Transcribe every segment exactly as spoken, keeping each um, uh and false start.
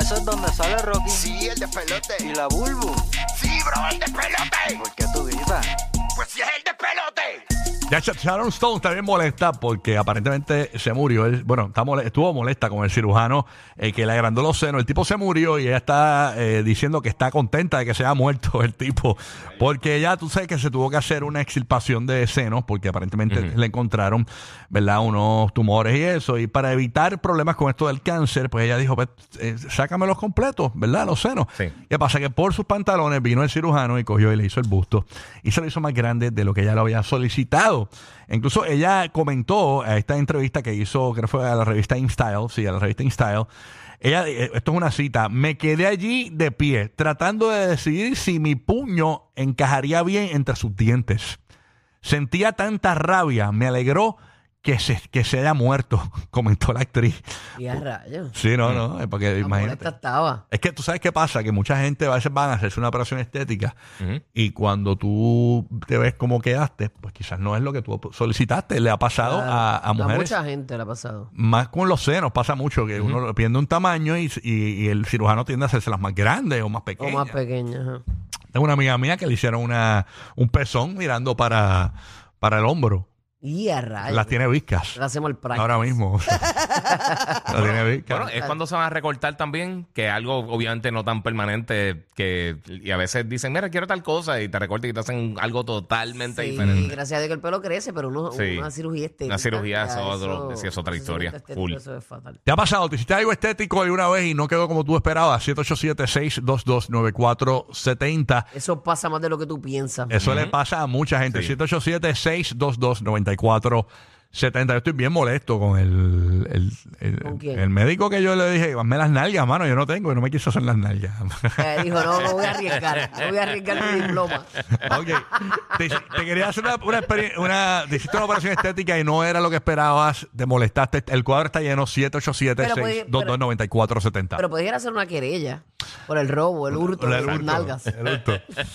Eso es donde sale Rocky. Sí, el despelote. Y la Bulbu. Sí, bro, el despelote. ¿Por qué tú gritas? Pues sí es el despelote. Ya Sharon Stone está bien molesta porque aparentemente se murió. Él, bueno, está mole- estuvo molesta con el cirujano eh, que le agrandó los senos. El tipo se murió y ella está eh, diciendo que está contenta de que se haya muerto el tipo. Porque ella, tú sabes que se tuvo que hacer una extirpación de senos porque aparentemente Ujú. le encontraron, ¿verdad?, unos tumores y eso. Y para evitar problemas con esto del cáncer, pues ella dijo, pues, eh, sácamelos completos, ¿verdad?, los senos. Sí. ¿Qué pasa? Que por sus pantalones vino el cirujano y cogió y le hizo el busto. Y se lo hizo más grande de lo que ella lo había solicitado. Incluso ella comentó a esta entrevista que hizo, creo que fue a la revista InStyle, sí, a la revista InStyle. Ella, eh, esto es una cita, me quedé allí de pie, tratando de decidir si mi puño encajaría bien entre sus dientes. Sentía tanta rabia, me alegró que se, que se haya muerto, comentó la actriz. Y a rayos. Sí, no, no, es porque La imagínate. molesta estaba. Es que tú sabes qué pasa, que mucha gente a veces van a hacerse una operación estética Ujú. y cuando tú te ves como quedaste, pues quizás no es lo que tú solicitaste. Le ha pasado Claro. a, a mujeres, mucha gente le ha pasado. más con los senos, pasa mucho que uno pierde un tamaño y, y- y el cirujano tiende a hacerse las más grandes o más O pequeñas. más pequeña. Ajá. Tengo una amiga mía que le hicieron una, un pezón mirando para, para el hombro. Y a rayos. Las tiene viscas. Le hacemos el practice. Ahora mismo. Las tiene viscas. Bueno, es cuando se van a recortar también, que algo obviamente no tan permanente, que y a veces dicen, mira, quiero tal cosa, y te recortan y te hacen algo totalmente Sí, diferente. gracias a Dios que el pelo crece, pero uno, Sí. una cirugía estética. Una cirugía, ya eso otro- sí, es otra una historia. cirugía estética, Full. Eso es fatal. ¿Te ha pasado? ¿Te hiciste algo estético alguna vez y no quedó como tú esperabas? siete ocho siete, seis dos dos, nueve cuatro siete cero. Eso pasa más de lo que tú piensas. Eso le pasa a mucha gente. Sí. siete ocho siete, seis dos dos, nueve cuatro siete cero. Yo estoy bien molesto con el, el, el, ¿Con quién? el médico que yo le dije, hazme las nalgas, mano. Yo no tengo y no me quiso hacer las nalgas. Eh, dijo, no, no voy a arriesgar. No voy a arriesgar mi diploma. Ok. Te, te quería hacer una, una, experien- una te hiciste una operación estética y no era lo que esperabas, te molestaste. El cuadro está lleno. Siete ocho siete, Pero seis puede- dos dos, nueve cuatro siete cero. Pero podías hacer una querella por el robo, el hurto de El sus hurto, nalgas. el hurto.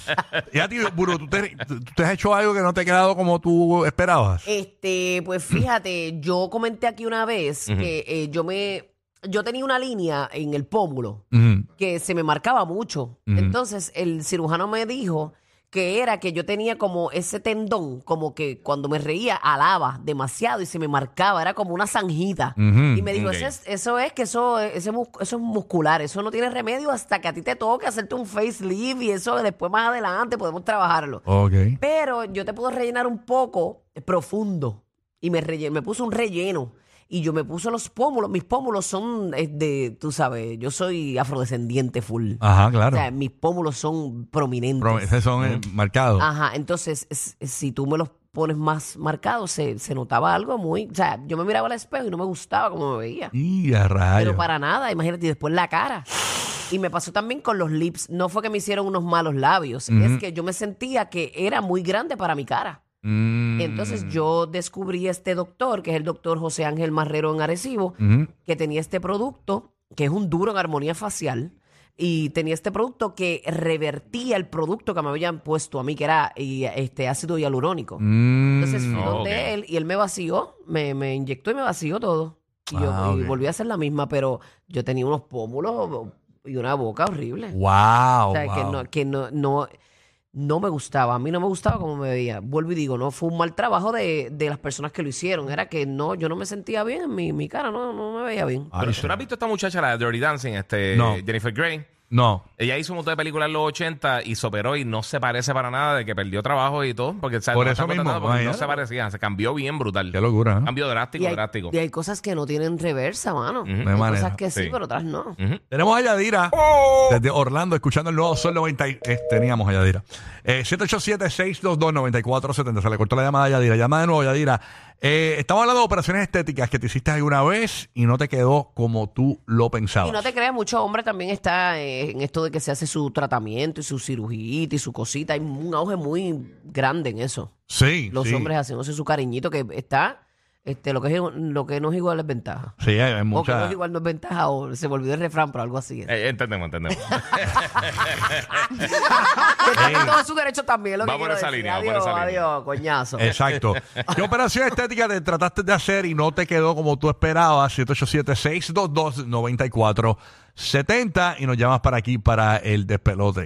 Y a ti, Buru, ¿tú te, tú te has hecho algo que no te ha quedado como tú esperabas? Este, pues fíjate, yo comenté aquí una vez que eh, yo me, yo tenía una línea en el pómulo Ujú. que se me marcaba mucho. Ujú. Entonces el cirujano me dijo que era que yo tenía como ese tendón, como que cuando me reía alaba demasiado y se me marcaba, era como una zanjita. Ujú. Y me dijo, Ok. eso, es, eso es que eso, ese mus- eso es muscular, eso no tiene remedio hasta que a ti te toque hacerte un facelift y eso después más adelante podemos trabajarlo. Ok. Pero yo te puedo rellenar un poco profundo. Y me, relle- me puso un relleno. Y yo me puse los pómulos. Mis pómulos son eh, de, tú sabes, yo soy afrodescendiente full. Ajá, claro. O sea, mis pómulos son prominentes. Pero esos son eh, marcados. Ajá, entonces, es- es- si tú me los pones más marcados, se, se notaba algo muy... O sea, yo me miraba al espejo y no me gustaba cómo me veía. Y a rayos. Pero para nada, imagínate, y después la cara. Y me pasó también con los lips. No fue que me hicieron unos malos labios, es que yo me sentía que era muy grande para mi cara. Mm. Entonces yo descubrí este doctor, que es el doctor José Ángel Marrero en Arecibo, Ujú. que tenía este producto, que es un duro en armonía facial, y tenía este producto que revertía el producto que me habían puesto a mí, que era y, este ácido hialurónico. Mm. Entonces fui oh, donde ok. él y él me vació, me, me inyectó y me vació todo. Y yo Ah, y ok. volví a hacer la misma, pero yo tenía unos pómulos y una boca horrible. Wow. O sea, que, wow. no, que no, no, no me gustaba. A mí no me gustaba cómo me veía. Vuelvo y digo, no fue un mal trabajo de, de las personas que lo hicieron. Era que no, yo no me sentía bien en mi, mi cara, no, no me veía bien. Ay, Pero sí. tú no has visto a esta muchacha, la de Dirty Dancing, este, No. Jennifer Grey. No. Ella hizo un montón de películas en los ochenta y se operó y no se parece para nada de que perdió trabajo y todo. Porque, ¿sabes? Por no eso está mismo, contratada porque no imagínate. se parecía. Se cambió bien brutal. Qué locura, ¿eh? Cambio drástico, Y hay, drástico. y hay cosas que no tienen reversa, mano. Ujú. No hay Hay manera. cosas que sí, Sí. pero otras no. Ujú. Tenemos a Yadira desde Orlando escuchando el nuevo Sol noventa. y- eh, teníamos a Yadira. Eh, siete ocho siete, seis dos dos, nueve cuatro siete cero. Se le cortó la llamada a Yadira. Llama de nuevo, Yadira. Eh, estamos hablando de operaciones estéticas que te hiciste alguna vez y no te quedó como tú lo pensabas. Y no te creas, mucho hombre también está eh, en esto de que se hace su tratamiento y su cirugía y su cosita. Hay un auge muy grande en eso. Sí. Los sí. hombres haciéndose su cariñito que está Este, lo que es lo que no es igual es ventaja. Sí, hay, hay O que no mucha... es igual no es ventaja, o se me olvidó el refrán, pero algo así. Eh, entendemos, entendemos. Que tiene todos sus derechos también, lo que Va por quiero esa decir. línea, va por Adiós, esa línea. adiós, coñazo. Exacto. ¿Qué operación estética te trataste de hacer y no te quedó como tú esperabas? siete ocho siete, seis dos dos, nueve cuatro siete cero y nos llamas para aquí para el despelote.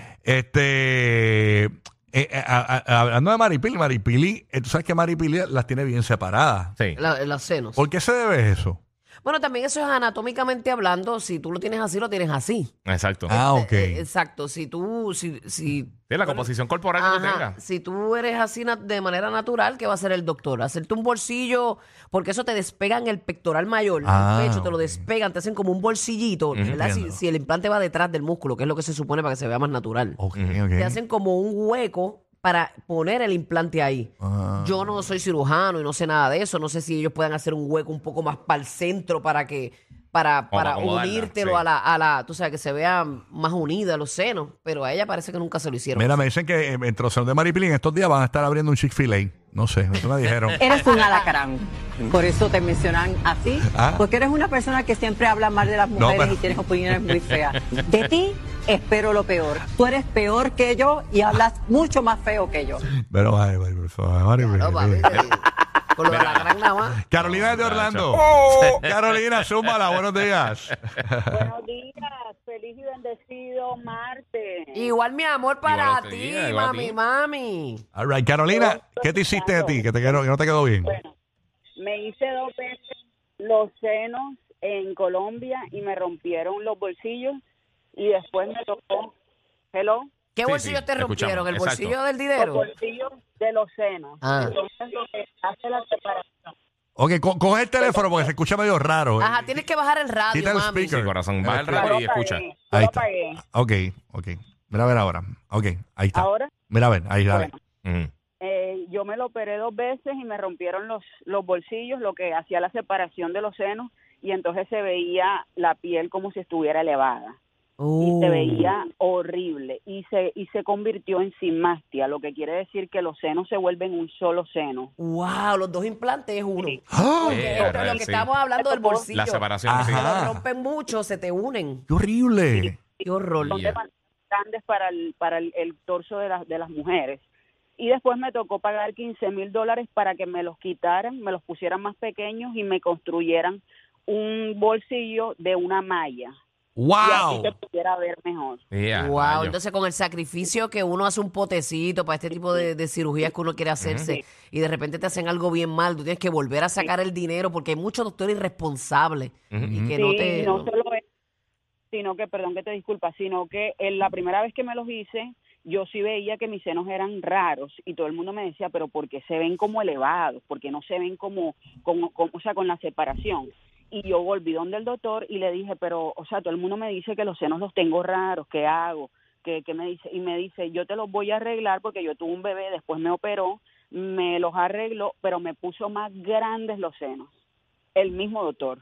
Este... Eh, eh, a- a- hablando de Maripili, Maripili, eh, tú sabes que Maripili las tiene bien separadas. Sí. La- los senos. ¿Por qué se debe eso? Bueno, también eso es anatómicamente hablando. Si tú lo tienes así, lo tienes así. Exacto. Ah, ok. Eh, exacto. Si tú, si, si, Sí, la composición corporal que tú ajá, tengas. si tú eres así na- de manera natural, ¿qué va a hacer el doctor? Hacerte un bolsillo, porque eso te despegan el pectoral mayor, Ah, el pecho, te lo ok. despegan, te hacen como un bolsillito, ¿verdad? Si, Entiendo. si el implante va detrás del músculo, que es lo que se supone para que se vea más natural. Ok, Te ok. hacen como un hueco para poner el implante ahí. Ah. Yo no soy cirujano y no sé nada de eso. No sé si ellos puedan hacer un hueco un poco más para el centro para que para, Como para acomodarla, unírtelo sí. a la, a la, tú sabes, que se vea más unida los senos. Pero a ella parece que nunca se lo hicieron. Mira, me dicen que eh, entre los senos de Maripili en estos días van a estar abriendo un Chick-fil-A. No sé, eso me dijeron. Eres un alacrán. Por eso te mencionan así. Ah. Porque eres una persona que siempre habla mal de las No, mujeres pero- y tienes opiniones muy feas. De ti espero lo peor. Tú eres peor que yo y hablas mucho más feo que yo. Pero, ay, ay, por favor, Maripili. No, papi, te- con lo de la gran nada más. Carolina de Orlando. Carolina, súmala, buenos días. Buenos días, feliz y bendecido martes. Igual, mi amor, para Igual a usted, ti, igual a mami, ti. mami. All right, Carolina, ¿qué te hiciste de ti? Que, te quedó, que no te quedó bien. Bueno, me hice dos veces los senos en Colombia y me rompieron los bolsillos y después me tocó, hello, ¿Qué Sí, bolsillos sí, te te rompieron? escuchamos, ¿El exacto. bolsillo del los dinero? bolsillos de los senos. Ah. Entonces lo que hace la separación. Ok, co- coge el teléfono porque se escucha medio raro. Ajá, tienes que bajar el radio, Quita el mami. speaker. Sí, corazón. Baja el Yo radio lo y escucha. pagué, yo Ahí lo está. pagué. Ok, ok. Mira a ver ahora. Ok, ahí está. Ahora, Mira a ver, ahí, dale. bueno, Ujú. eh, yo me lo operé dos veces y me rompieron los, los bolsillos, lo que hacía la separación de los senos, y entonces se veía la piel como si estuviera elevada. Y Uh. se veía horrible y se y se convirtió en cimastia, lo que quiere decir que los senos se vuelven un solo seno. Wow, los dos implantes es uno. ¡Ah! Porque Eh, lo, real, lo que sí. estamos hablando del bolsillo. La separación, sí. Cuando Ajá. lo rompen mucho, se te unen. ¡Qué horrible! Qué horror. Son Ya. demasiado grandes para el para el, el torso de las de las mujeres. Y después me tocó pagar quince mil dólares para que me los quitaran, me los pusieran más pequeños y me construyeran un bolsillo de una malla. Y así ¡Wow! se pudiera ver mejor. Yeah, Wow, rayo. entonces con el sacrificio que uno hace un potecito para este tipo de, de cirugías que uno quiere hacerse y de repente te hacen algo bien mal, tú tienes que volver a sacar el dinero porque hay muchos doctores irresponsables y que Sí, no te... no no- solo es, sino que, perdón que te disculpa, sino que en la primera vez que me los hice, yo sí veía que mis senos eran raros y todo el mundo me decía, pero ¿por qué se ven como elevados? ¿Por qué no se ven como, como, como o sea, con la separación? Y yo volví donde el doctor y le dije, pero, o sea, todo el mundo me dice que los senos los tengo raros, ¿qué hago? ¿Qué, qué me dice? Y me dice, yo te los voy a arreglar porque yo tuve un bebé, después me operó, me los arregló, pero me puso más grandes los senos. El mismo doctor.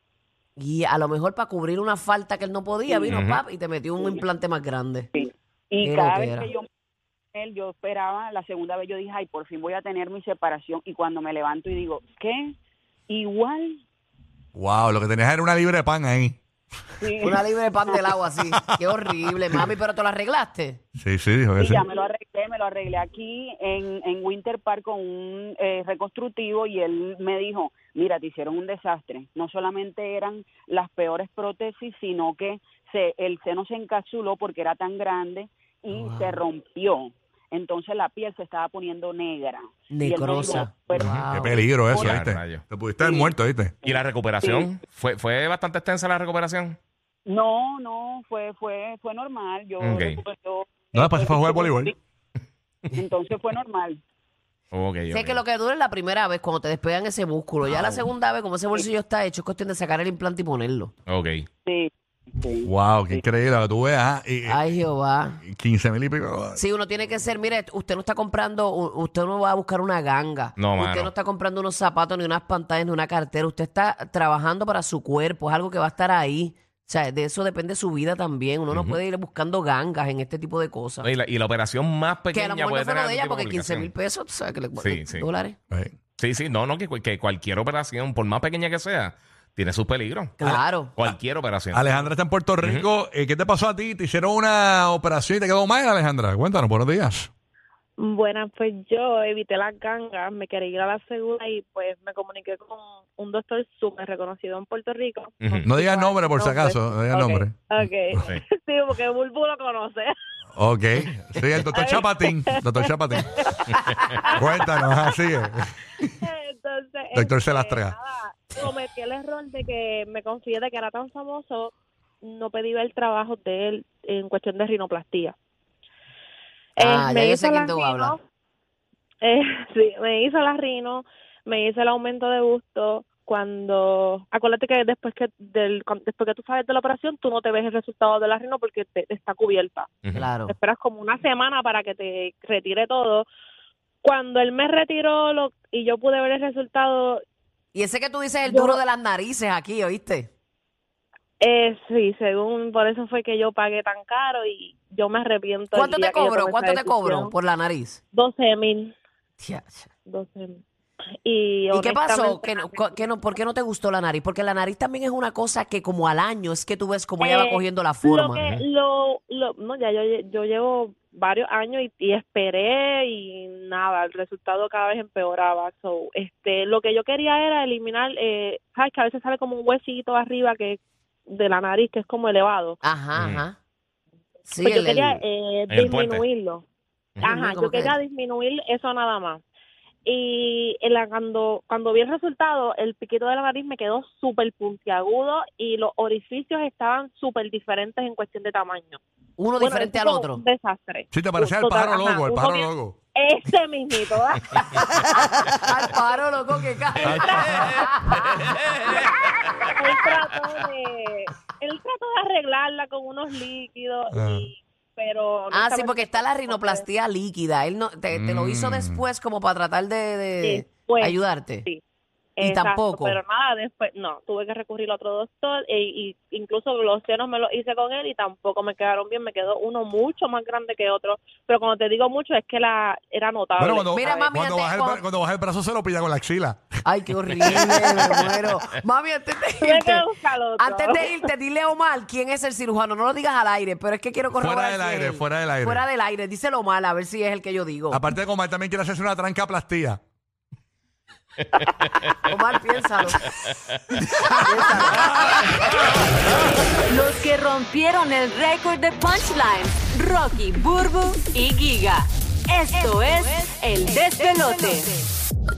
Y a lo mejor para cubrir una falta que él no podía, vino Ujú. pap y te metió un implante más grande. Sí. Y Qué cada loquera. vez que yo él, yo esperaba, la segunda vez yo dije, ay, por fin voy a tener mi separación. Y cuando me levanto y digo, ¿qué? Igual. ¡Wow! Lo que tenías era una libre de pan ahí. Sí, Una libre de pan del agua así. Qué horrible, mami, pero te lo arreglaste. Sí, sí, dijo que sí, sí. ya me lo arreglé, me lo arreglé aquí en, en Winter Park con un eh, reconstructivo y él me dijo, mira, te hicieron un desastre. No solamente eran las peores prótesis, sino que se, el seno se encapsuló porque era tan grande y se rompió. Entonces la piel se estaba poniendo negra. Y él me dijo, Necrosa. pero- Wow. ¡Qué peligro eso, Hola. viste! Rayo. Te pudiste haber muerto, ¿viste? ¿Y la recuperación? ¿Fue, ¿Fue bastante extensa la recuperación? No, no, fue fue fue normal. Yo, Ok. yo- No, después se fue a jugar voleibol. Entonces fue normal. Ok, Sé ok. que lo que duele es la primera vez cuando te despegan ese músculo. Ya la segunda vez, como ese bolsillo está hecho, es cuestión de sacar el implante y ponerlo. Ok. Sí, sí. ¡Wow! ¡Qué increíble! Que tú veas. Y, Ay, Jehová. y quince mil y pico. Sí, uno tiene que ser, mire, usted no está comprando, u- usted no va a buscar una ganga. No, Usted mano. no está comprando unos zapatos, ni unas pantallas, ni una cartera. Usted está trabajando para su cuerpo, es algo que va a estar ahí. O sea, de eso depende su vida también. Uno no puede ir buscando gangas en este tipo de cosas. No, Y la, y la operación más Que a pequeña lo mejor puede no fue tener lo de ella algún tipo porque de quince mil complicación. pesos, tú sabes que le Sí, sí. dólares. Right. Sí, sí, no, no, que, que cualquier operación, por más pequeña que sea, tiene sus peligros. Claro. Cualquier operación. Alejandra está en Puerto Rico. Eh, ¿Qué te pasó a ti? ¿Te hicieron una operación y te quedó mal, Alejandra? Cuéntanos, buenos días. Buenas, pues yo evité las gangas, me quería ir a la segura y pues me comuniqué con un doctor súper reconocido en Puerto Rico. Ujú. No digas nombre por si acaso, no digas Ok, nombre. Ok, Sí. sí, porque Bulbu lo conoce. Ok. Sí, el doctor Chapatín. Doctor Chapatín. Cuéntanos, así es. Entonces, Doctor se este, las traga. nada, cometí el error de que me confié de que era tan famoso, no pedí ver trabajo de él en cuestión de rinoplastía. Ah, Eh, ya yo hizo sé quién la te voy a rino, hablar. eh, sí, me hizo la rino, me hice el aumento de busto. Cuando, acuérdate que después que del, cuando- después que tú sales de la operación, tú no te ves el resultado de la rino porque te, está cubierta. Ujú. Claro. Esperas como una semana para que te retire todo. Cuando él me retiró lo, y yo pude ver el resultado, Y ese que tú dices es el Yo- duro de las narices aquí, ¿oíste? eh, sí, según, por eso fue que yo pagué tan caro y yo me arrepiento. el ¿Cuánto día te que yo cobró? tomé ¿Cuánto esa te cobró decisión. por la nariz? doce mil. Tía. doce mil. Y, ¿Y qué pasó? honestamente, ¿Que no, co- que no, ¿Por qué no te gustó la nariz? Porque la nariz también es una cosa que como al año es que tú ves como ella va Eh, cogiendo la Lo forma. que, lo, lo, no, ya yo, yo llevo varios años y, y esperé y nada, el resultado cada vez empeoraba. So, este, lo que yo quería era eliminar, eh, sabes que a veces sale como un huesito arriba que de la nariz que es como elevado. Ajá, Mm. ajá. Sí, Pues yo el- quería el- eh, En el puente. disminuirlo. Ajá, como yo que- quería disminuir eso nada más. Y en la- cuando, cuando vi el resultado, el piquito de la nariz me quedó súper puntiagudo y los orificios estaban súper diferentes en cuestión de tamaño. uno Bueno, diferente eso al fue otro. Un desastre. Sí, te parecía el Total, pájaro ajá, loco, el uno pájaro bien- loco. Ese mismito. ¿verdad? Al paro, loco, que cae. él trató de él trató de arreglarla con unos líquidos y pero Ah, sí, honestamente, porque está la rinoplastía líquida. Él no te, te lo hizo Mm. después como para tratar de, de Sí, pues, ayudarte. sí. Y Exacto, tampoco. pero nada, después no, tuve que recurrir a otro doctor e, y incluso los senos me los hice con él y tampoco me quedaron bien, me quedó uno mucho más grande que otro, pero cuando te digo mucho es que la era notable. Bueno, cuando, Mira, mami, cuando, antes- baja el, cuando- bra- cuando baja el brazo se lo pilla con la axila. Ay, qué horrible, me muero. Mami, antes de Tuve irte, que buscar otro. antes de irte, dile a Omar quién es el cirujano. No lo digas al aire, pero es que quiero corroborar. Fuera del si es aire, él. fuera del aire. Fuera del aire. Díselo Omar, a ver si es el que yo digo. Aparte de que Omar también quiere hacerse una trancaplastía. Omar, piénsalo. Los que rompieron el récord de punchline, Rocky, Burbu y Giga. Esto es El Despelote.